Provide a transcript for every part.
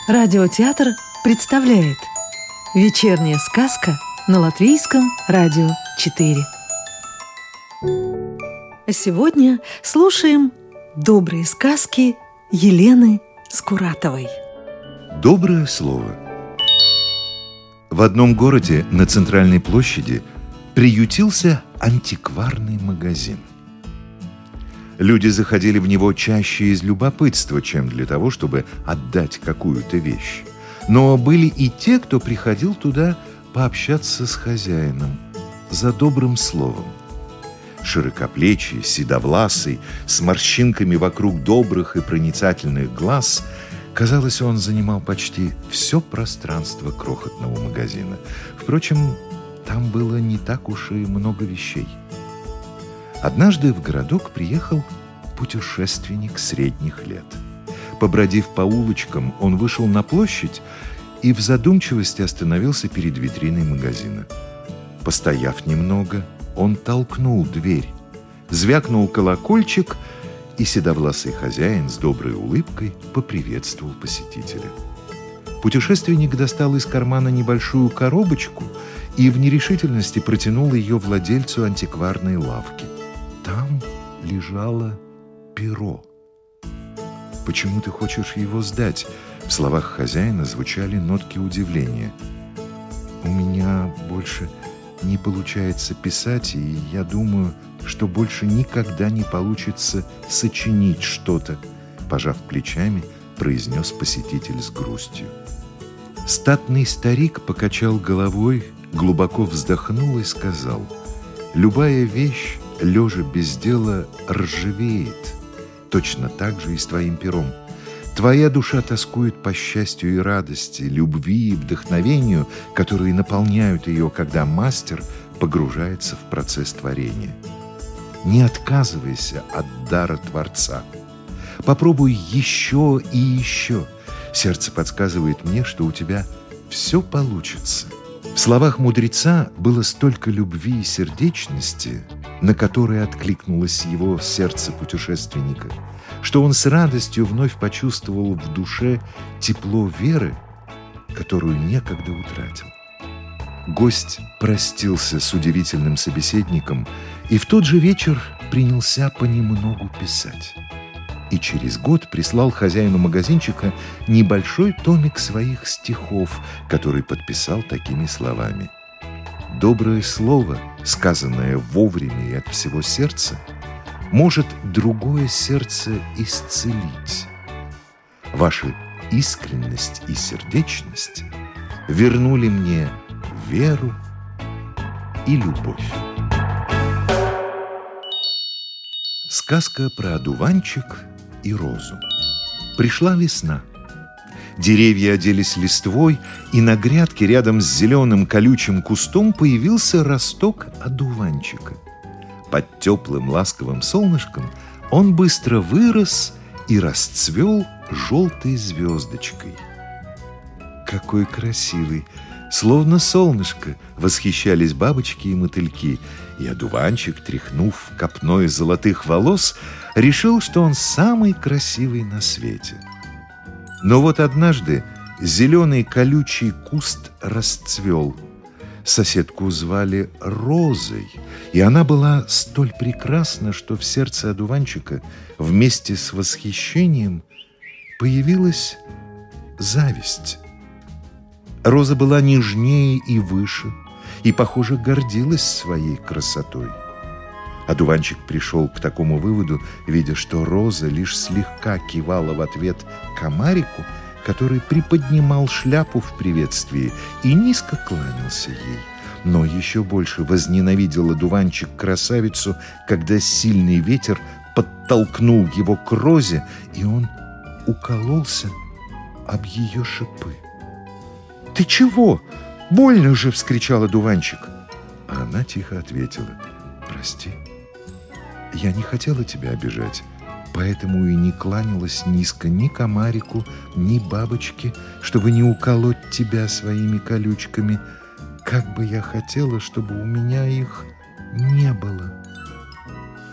Радиотеатр представляет «Вечерняя сказка» на Латвийском радио 4. Сегодня слушаем добрые сказки Елены Скуратовой. Доброе слово. В одном городе на центральной площади приютился антикварный магазин. Люди заходили в него чаще из любопытства, чем для того, чтобы отдать какую-то вещь. Но были и те, кто приходил туда пообщаться с хозяином за добрым словом. Широкоплечий, седовласый, с морщинками вокруг добрых и проницательных глаз, казалось, он занимал почти все пространство крохотного магазина. Впрочем, там было не так уж и много вещей. Однажды в городок приехал путешественник средних лет. Побродив по улочкам, он вышел на площадь и в задумчивости остановился перед витриной магазина. Постояв немного, он толкнул дверь, звякнул колокольчик, и седовласый хозяин с доброй улыбкой поприветствовал посетителя. Путешественник достал из кармана небольшую коробочку и в нерешительности протянул ее владельцу антикварной лавки. Там лежало перо. «Почему ты хочешь его сдать?» В словах хозяина звучали нотки удивления. «У меня больше не получается писать, и я думаю, что больше никогда не получится сочинить что-то», пожав плечами, произнес посетитель с грустью. Статный старик покачал головой, глубоко вздохнул и сказал: «Любая вещь, лежа без дела, ржавеет. Точно так же и с твоим пером. Твоя душа тоскует по счастью и радости, любви и вдохновению, которые наполняют ее, когда мастер погружается в процесс творения. Не отказывайся от дара Творца. Попробуй еще и еще. Сердце подсказывает мне, что у тебя все получится». В словах мудреца было столько любви и сердечности, на которые откликнулось его сердце путешественника, что он с радостью вновь почувствовал в душе тепло веры, которую некогда утратил. Гость простился с удивительным собеседником и в тот же вечер принялся понемногу писать. И через год прислал хозяину магазинчика небольшой томик своих стихов, который подписал такими словами: «Доброе слово, сказанное вовремя и от всего сердца, может другое сердце исцелить. Ваша искренность и сердечность вернули мне веру и любовь». Сказка про одуванчик и розу. Пришла весна. Деревья оделись листвой, и на грядке рядом с зеленым колючим кустом появился росток одуванчика. Под теплым ласковым солнышком он быстро вырос и расцвел желтой звездочкой. «Какой красивый! Словно солнышко!» — восхищались бабочки и мотыльки, и одуванчик, тряхнув копной золотых волос, решил, что он самый красивый на свете. Но вот однажды зеленый колючий куст расцвел. Соседку звали Розой, и она была столь прекрасна, что в сердце одуванчика вместе с восхищением появилась зависть. Роза была нежнее и выше, и, похоже, гордилась своей красотой. Одуванчик пришел к такому выводу, видя, что Роза лишь слегка кивала в ответ комарику, который приподнимал шляпу в приветствии и низко кланялся ей. Но еще больше возненавидел одуванчик красавицу, когда сильный ветер подтолкнул его к Розе, и он укололся об ее шипы. «Ты чего? Больно же!» — вскричал одуванчик. А она тихо ответила: «Прости, я не хотела тебя обижать, поэтому и не кланялась низко ни комарику, ни бабочке, чтобы не уколоть тебя своими колючками. Как бы я хотела, чтобы у меня их не было».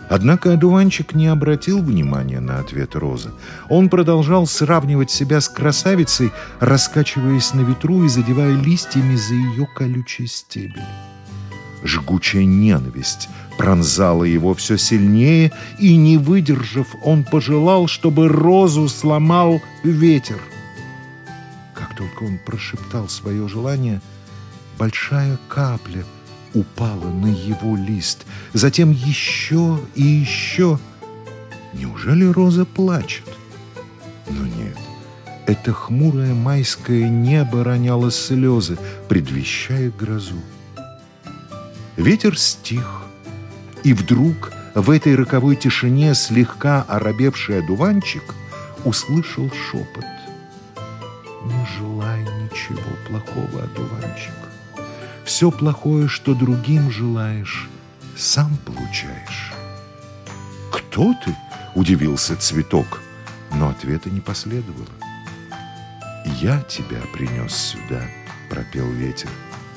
Однако одуванчик не обратил внимания на ответ розы. Он продолжал сравнивать себя с красавицей, раскачиваясь на ветру и задевая листьями за ее колючий стебель. Жгучая ненависть пронзала его все сильнее, и, не выдержав, он пожелал, чтобы розу сломал ветер. Как только он прошептал свое желание, большая капля упала на его лист, затем еще и еще. Неужели роза плачет? Но нет, это хмурое майское небо роняло слезы, предвещая грозу. Ветер стих, и вдруг в этой роковой тишине слегка оробевший одуванчик услышал шепот. «Не желай ничего плохого, одуванчик. Все плохое, что другим желаешь, сам получаешь». «Кто ты?» – удивился цветок, но ответа не последовало. «Я тебя принес сюда», – пропел ветер.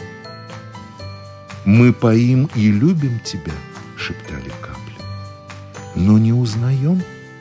«Мы поим и любим тебя», – шептали капли, – «но не узнаем».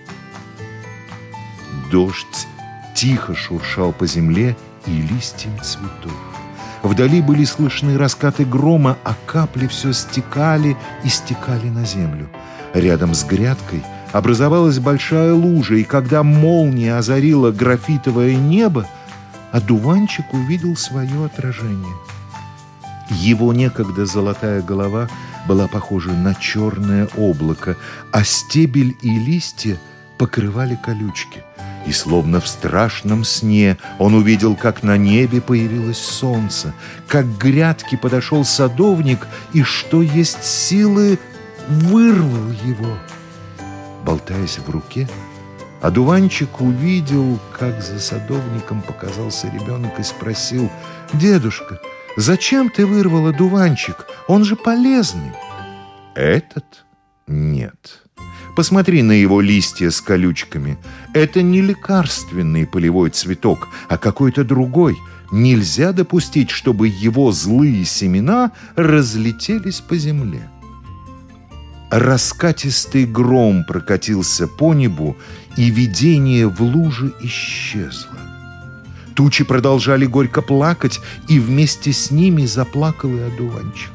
Дождь тихо шуршал по земле и листьям цветов. Вдали были слышны раскаты грома, а капли все стекали и стекали на землю. Рядом с грядкой образовалась большая лужа, и когда молния озарила графитовое небо, одуванчик увидел свое отражение. Его некогда золотая голова была похожа на черное облако, а стебель и листья покрывали колючки. И словно в страшном сне он увидел, как на небе появилось солнце, как к грядке подошел садовник и, что есть силы, вырвал его. Болтаясь в руке, одуванчик увидел, как за садовником показался ребенок и спросил: «Дедушка, зачем ты вырвал одуванчик? Он же полезный». «Этот? Нет. Посмотри на его листья с колючками. Это не лекарственный полевой цветок, а какой-то другой. Нельзя допустить, чтобы его злые семена разлетелись по земле». Раскатистый гром прокатился по небу, и видение в луже исчезло. Тучи продолжали горько плакать, и вместе с ними заплакал и одуванчик.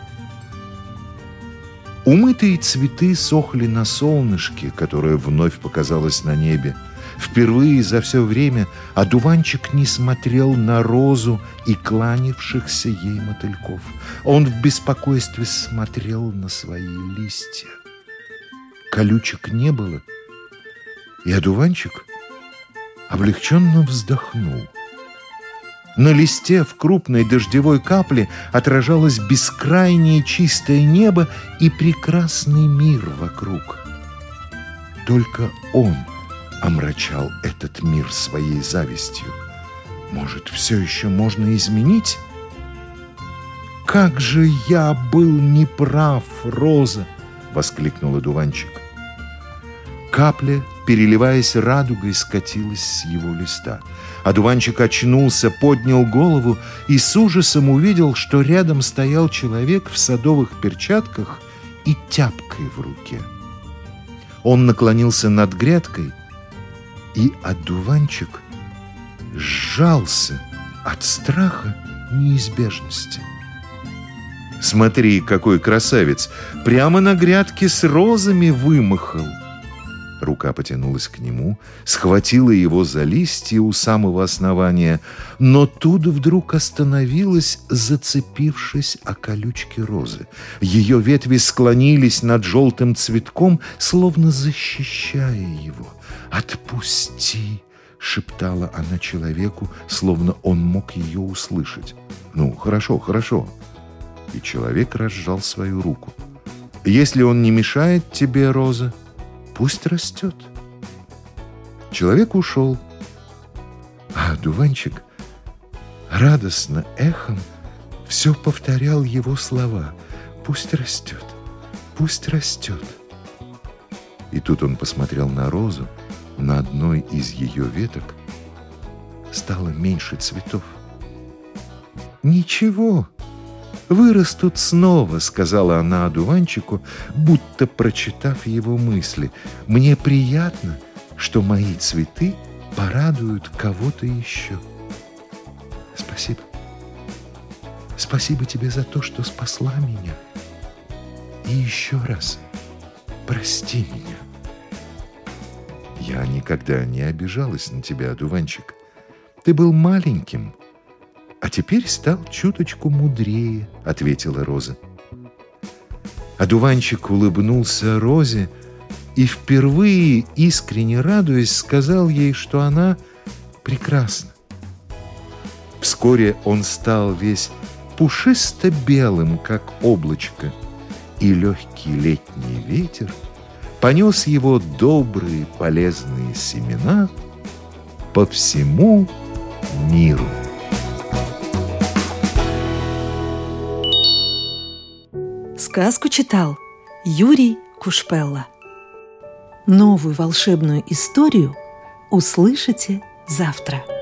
Умытые цветы сохли на солнышке, которое вновь показалось на небе. Впервые за все время одуванчик не смотрел на розу и кланявшихся ей мотыльков. Он в беспокойстве смотрел на свои листья. Колючек не было, и одуванчик облегченно вздохнул. На листе в крупной дождевой капле отражалось бескрайнее чистое небо и прекрасный мир вокруг. Только он омрачал этот мир своей завистью. Может, все еще можно изменить? «Как же я был неправ, Роза!» — воскликнул одуванчик. Капля, переливаясь радугой, скатилась с его листа. Одуванчик очнулся, поднял голову и с ужасом увидел, что рядом стоял человек в садовых перчатках и тяпкой в руке. Он наклонился над грядкой, и одуванчик сжался от страха неизбежности. «Смотри, какой красавец! Прямо на грядке с розами вымахал!» Рука потянулась к нему, схватила его за листья у самого основания, но тут вдруг остановилась, зацепившись о колючки розы. Ее ветви склонились над желтым цветком, словно защищая его. «Отпусти!» — шептала она человеку, словно он мог ее услышать. «Ну, хорошо, хорошо». И человек разжал свою руку. «Если он не мешает тебе, роза, пусть растет». Человек ушел, а одуванчик радостно эхом все повторял его слова: «Пусть растет, пусть растет». И тут он посмотрел на розу. На одной из ее веток стало меньше цветов. «Ничего, вырастут снова», — сказала она одуванчику, будто прочитав его мысли. «Мне приятно, что мои цветы порадуют кого-то еще. Спасибо. Спасибо тебе за то, что спасла меня. И еще раз прости меня. Я никогда не обижалась на тебя, одуванчик. Ты был маленьким, а теперь стал чуточку мудрее», — ответила роза. Одуванчик улыбнулся розе и впервые, искренне радуясь, сказал ей, что она прекрасна. Вскоре он стал весь пушисто-белым, как облачко, и легкий летний ветер понес его добрые полезные семена по всему миру. Сказку читал Юрий Кушпелла. Новую волшебную историю услышите завтра.